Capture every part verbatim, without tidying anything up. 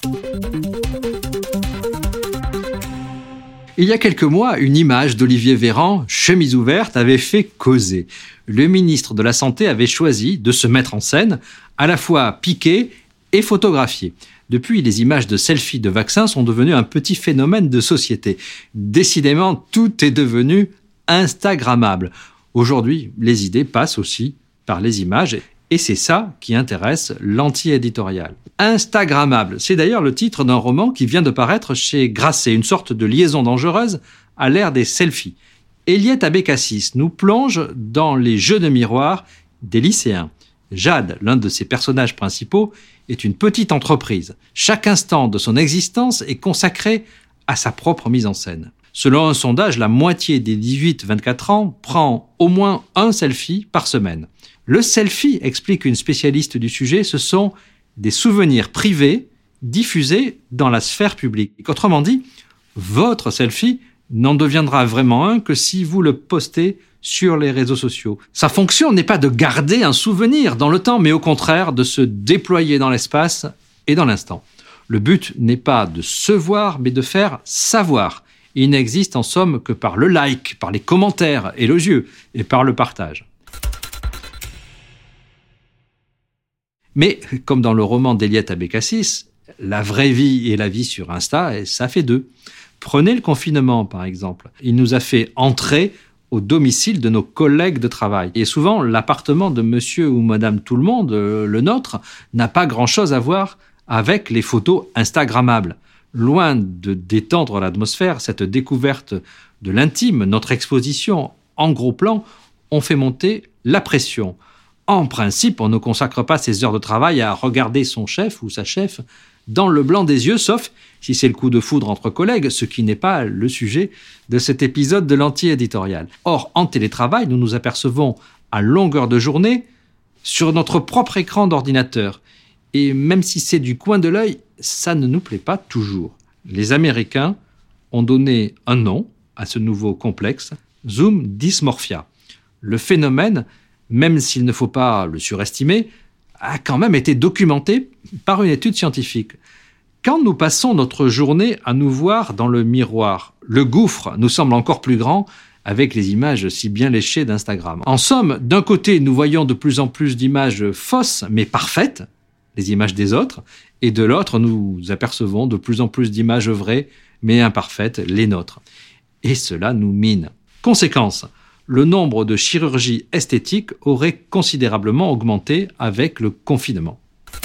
Il y a quelques mois, une image d'Olivier Véran, chemise ouverte, avait fait causer. Le ministre de la Santé avait choisi de se mettre en scène, à la fois piqué et photographié. Depuis, les images de selfies de vaccins sont devenues un petit phénomène de société. Décidément, tout est devenu instagrammable. Aujourd'hui, les idées passent aussi par les images. Et c'est ça qui intéresse l'anti-éditorial. Instagrammable, c'est d'ailleurs le titre d'un roman qui vient de paraître chez Grasset, une sorte de liaison dangereuse à l'ère des selfies. Eliette Abécassis nous plonge dans les jeux de miroir des lycéens. Jade, l'un de ses personnages principaux, est une petite entreprise. Chaque instant de son existence est consacré à sa propre mise en scène. Selon un sondage, la moitié des dix-huit vingt-quatre ans prend au moins un selfie par semaine. Le selfie, explique une spécialiste du sujet, ce sont des souvenirs privés diffusés dans la sphère publique. Autrement dit, votre selfie n'en deviendra vraiment un que si vous le postez sur les réseaux sociaux. Sa fonction n'est pas de garder un souvenir dans le temps, mais au contraire de se déployer dans l'espace et dans l'instant. Le but n'est pas de se voir, mais de faire savoir. Il n'existe en somme que par le like, par les commentaires élogieux et par le partage. Mais, comme dans le roman d'Eliette Abécassis, la vraie vie et la vie sur Insta, ça fait deux. Prenez le confinement, par exemple. Il nous a fait entrer au domicile de nos collègues de travail. Et souvent, l'appartement de monsieur ou madame tout le monde, le nôtre, n'a pas grand-chose à voir avec les photos instagrammables. Loin de détendre l'atmosphère, cette découverte de l'intime, notre exposition en gros plan, ont fait monter la pression. En principe, on ne consacre pas ses heures de travail à regarder son chef ou sa chef dans le blanc des yeux, sauf si c'est le coup de foudre entre collègues, ce qui n'est pas le sujet de cet épisode de l'anti-éditorial. Or, en télétravail, nous nous apercevons à longueur de journée sur notre propre écran d'ordinateur. Et même si c'est du coin de l'œil, ça ne nous plaît pas toujours. Les Américains ont donné un nom à ce nouveau complexe, Zoom dysmorphia. Le phénomène, même s'il ne faut pas le surestimer, a quand même été documenté par une étude scientifique. Quand nous passons notre journée à nous voir dans le miroir, le gouffre nous semble encore plus grand avec les images si bien léchées d'Instagram. En somme, d'un côté, nous voyons de plus en plus d'images fausses mais parfaites, les images des autres, et de l'autre, nous apercevons de plus en plus d'images vraies mais imparfaites, les nôtres. Et cela nous mine. Conséquence, le nombre de chirurgies esthétiques aurait considérablement augmenté avec le confinement.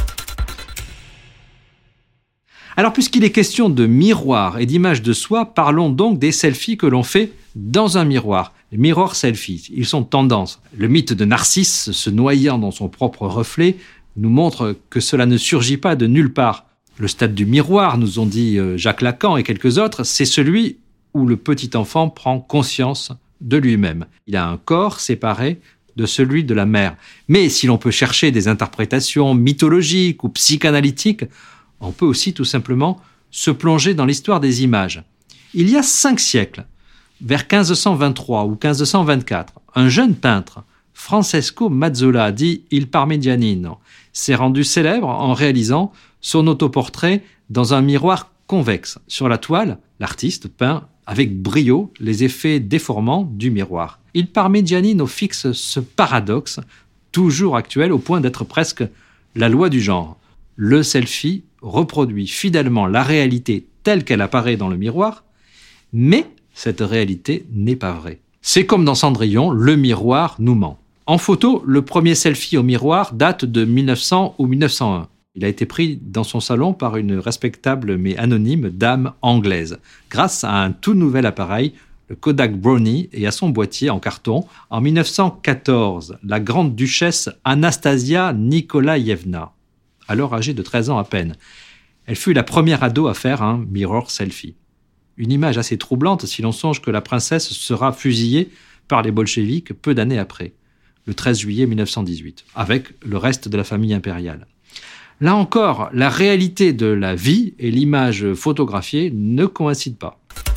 Alors, puisqu'il est question de miroir et d'image de soi, parlons donc des selfies que l'on fait dans un miroir. Les mirror selfies, ils sont tendance. Le mythe de Narcisse se noyant dans son propre reflet nous montre que cela ne surgit pas de nulle part. Le stade du miroir, nous ont dit Jacques Lacan et quelques autres, c'est celui où le petit enfant prend conscience de lui-même. Il a un corps séparé de celui de la mère. Mais si l'on peut chercher des interprétations mythologiques ou psychanalytiques, on peut aussi tout simplement se plonger dans l'histoire des images. Il y a cinq siècles, vers quinze cent vingt-trois ou quinze cent vingt-quatre, un jeune peintre, Francesco Mazzola, dit Il Parmigianino, s'est rendu célèbre en réalisant son autoportrait dans un miroir convexe. Sur la toile, l'artiste peint avec brio les effets déformants du miroir. Il Parmigianino fixe ce paradoxe, toujours actuel au point d'être presque la loi du genre. Le selfie reproduit fidèlement la réalité telle qu'elle apparaît dans le miroir, mais cette réalité n'est pas vraie. C'est comme dans Cendrillon, le miroir nous ment. En photo, le premier selfie au miroir date de mille neuf cents ou mille neuf cent un. Il a été pris dans son salon par une respectable mais anonyme dame anglaise, grâce à un tout nouvel appareil, le Kodak Brownie, et à son boîtier en carton. En mille neuf cent quatorze, la grande duchesse Anastasia Nikolaïevna, alors âgée de treize ans à peine, elle fut la première ado à faire un mirror selfie. Une image assez troublante si l'on songe que la princesse sera fusillée par les bolcheviks peu d'années après, le treize juillet mille neuf cent dix-huit, avec le reste de la famille impériale. Là encore, la réalité de la vie et l'image photographiée ne coïncident pas.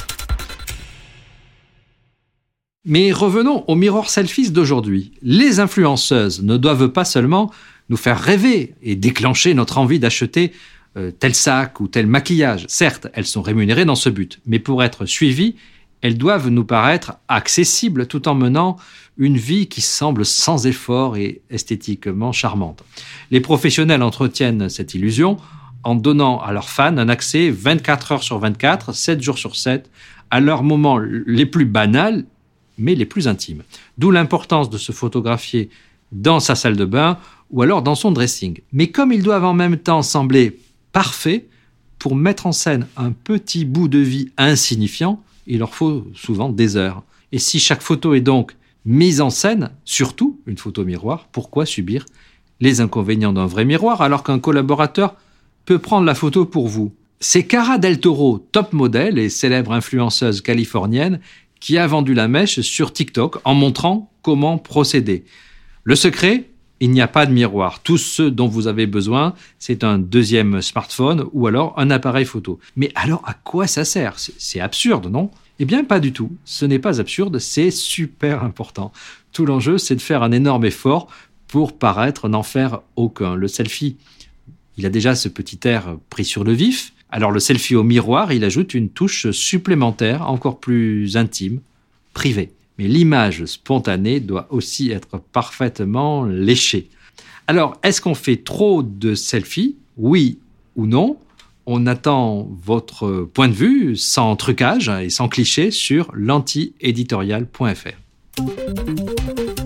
Mais revenons aux mirror selfies d'aujourd'hui. Les influenceuses ne doivent pas seulement nous faire rêver et déclencher notre envie d'acheter euh, tel sac ou tel maquillage. Certes, elles sont rémunérées dans ce but, mais pour être suivies, elles doivent nous paraître accessibles tout en menant une vie qui semble sans effort et esthétiquement charmante. Les professionnels entretiennent cette illusion en donnant à leurs fans un accès vingt-quatre heures sur vingt-quatre, sept jours sur sept, à leurs moments les plus banals, mais les plus intimes. D'où l'importance de se photographier dans sa salle de bain ou alors dans son dressing. Mais comme ils doivent en même temps sembler parfaits, pour mettre en scène un petit bout de vie insignifiant, il leur faut souvent des heures. Et si chaque photo est donc mise en scène, surtout une photo miroir, pourquoi subir les inconvénients d'un vrai miroir alors qu'un collaborateur peut prendre la photo pour vous? C'est Cara Del Toro, top modèle et célèbre influenceuse californienne, qui a vendu la mèche sur TikTok en montrant comment procéder. Le secret, il n'y a pas de miroir. Tout ce dont vous avez besoin, c'est un deuxième smartphone ou alors un appareil photo. Mais alors, à quoi ça sert? C'est, c'est absurde, non? Eh bien, pas du tout. Ce n'est pas absurde, c'est super important. Tout l'enjeu, c'est de faire un énorme effort pour paraître n'en faire aucun. Le selfie, il a déjà ce petit air pris sur le vif. Alors le selfie au miroir, il ajoute une touche supplémentaire, encore plus intime, privée. Mais l'image spontanée doit aussi être parfaitement léchée. Alors, est-ce qu'on fait trop de selfies? Oui ou non? On attend votre point de vue, sans trucage et sans cliché, sur l'antiéditorial point f r.